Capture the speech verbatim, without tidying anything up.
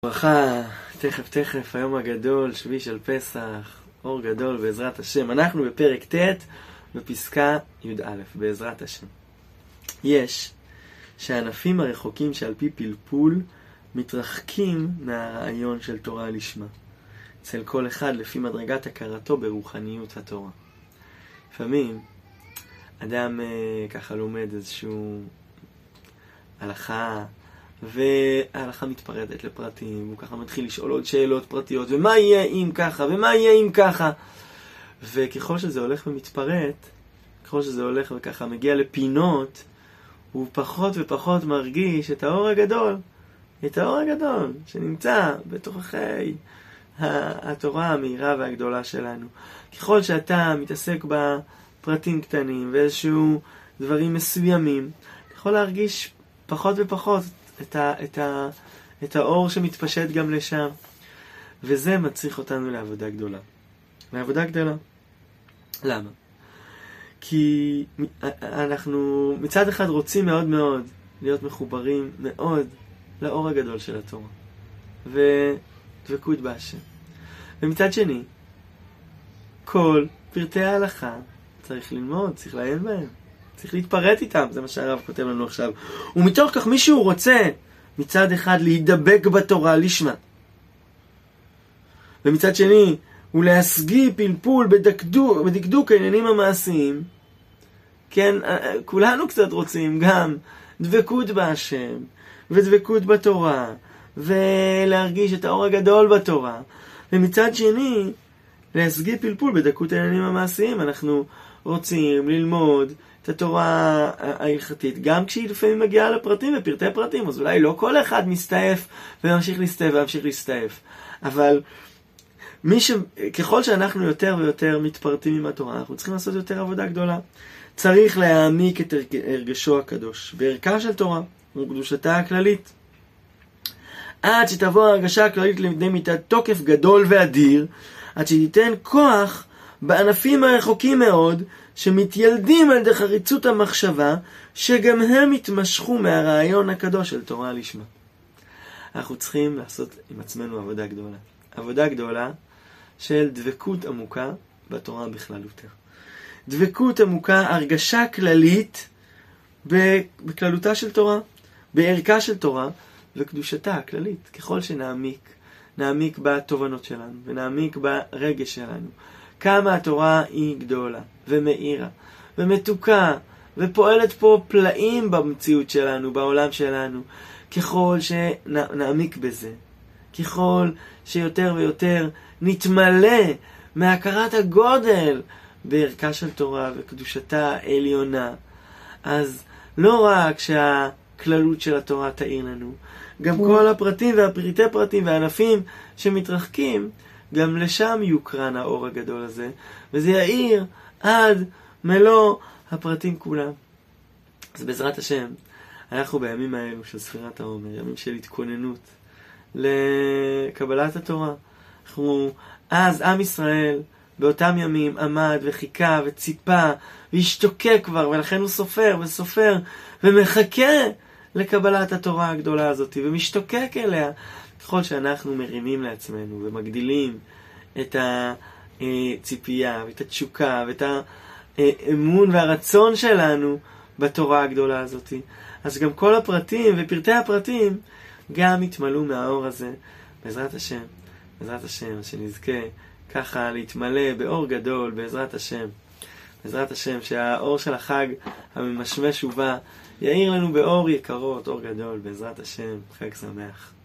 ברכה, תכף תכף, היום הגדול, שביעי של פסח, אור גדול בעזרת השם. אנחנו בפרק ט' בפסקה י"א, בעזרת השם. יש שהענפים הרחוקים שעל פי פלפול מתרחקים מהרעיון של תורה לשמה, אצל כל אחד לפי מדרגת הכרתו ברוחניות התורה. לפעמים אדם ככה לומד איזשהו הלכה, וההלכה מתפרדת לפרטים, הוא ככה מתחיל לשאול עוד שאלות פרטיות, ומה יהיה אם ככה, ומה יהיה אם ככה. וככל שזה הולך ומתפרט, ככל שזה הולך וככה מגיע לפינות, הוא פחות ופחות מרגיש את האור הגדול, את האור הגדול שנמצא בתוככי התורה המהירה והגדולה שלנו. ככל שאתה מתעסק בפרטים קטנים ואיזשהו דברים מסוימים, אתה יכול להרגיש פחות ופחות את, ה, את, ה, את האור שמתפשט גם לשם. וזה מצריך אותנו לעבודה גדולה. לעבודה גדולה. למה? כי אנחנו מצד אחד רוצים מאוד מאוד להיות מחוברים מאוד לאור הגדול של התורה. ודבקות בהשם. ומצד שני, כל פרטי ההלכה צריך ללמוד, צריך לעיין בהם. צריך להתפרט איתם, זה מה שהרב כותב לנו עכשיו. ומתוך כך מישהו רוצה מצד אחד להידבק בתורה לשמה, ומצד שני הוא להשגיא פלפול בדקדוק, בדקדוק העניינים המעשיים. כן, כולנו קצת רוצים גם דבקות בהשם ודבקות בתורה ולהרגיש את האור הגדול בתורה, ומצד שני להשגיא פלפול בדקות העניינים המעשיים. אנחנו רוצים ללמוד את התורה ההלכתית, גם כשהיא לפעמים מגיעה לפרטים ופרטי פרטים, אז אולי לא כל אחד מסתעף וממשיך להסתעף וממשיך להסתעף. אבל מי ש... ככל שאנחנו יותר ויותר מתפרטים עם התורה, אנחנו צריכים לעשות יותר עבודה גדולה. צריך להעמיק את הרגשו הקדוש בערכה של תורה וקדושתה הכללית, עד שתבוא הרגשה הכללית לידי מידת תוקף גדול ואדיר, עד שתיתן כוח בענפים הרחוקים מאוד שמתיילדים על ידי חריצות המחשבה, שגם הם יתמשכו מהרעיון הקדוש של תורה לשמה. אנחנו צריכים לעשות עם עצמנו עבודה גדולה. עבודה גדולה של דבקות עמוקה בתורה בכללותה. דבקות עמוקה, הרגשה כללית בכללותה של תורה, בערכה של תורה וקדושתה הכללית. ככל שנעמיק, נעמיק בתובנות שלנו ונעמיק ברגש שלנו, כמה התורה היא גדולה ומאירה ומתוקה ופועלת פה פלאים במציאות שלנו, בעולם שלנו. ככל שנעמיק בזה, ככל שיותר ויותר נתמלא מהכרת הגודל בערכה של תורה וקדושתה העליונה, אז לא רק שהכללות של התורה תאיר לנו, גם כל הפרטים והפריטי פרטים והענפים שמתרחקים, גם לשם יוקרן האור הגדול הזה, וזה יאיר עד מלוא הפרטים כולם. אז בעזרת השם, אנחנו בימים האלו של ספירת העומר, ימים של התכוננות לקבלת התורה. אנחנו, אז עם ישראל באותם ימים עמד וחיכה וציפה והשתוקק כבר, ולכן הוא סופר וסופר ומחכה לקבלת התורה הגדולה הזאת ומשתוקק אליה. ככל שאנחנו מרימים לעצמנו ומגדילים את הציפייה ואת התשוקה ואת האמון והרצון שלנו בתורה הגדולה הזאת, אז גם כל הפרטים ופרטי הפרטים גם יתמלאו מהאור הזה. בעזרת השם, בעזרת השם, שנזכה ככה להתמלא באור גדול, בעזרת השם. בעזרת השם, שהאור של החג הממשמש ובא יאיר לנו באור יקרות, אור גדול, בעזרת השם. חג שמח.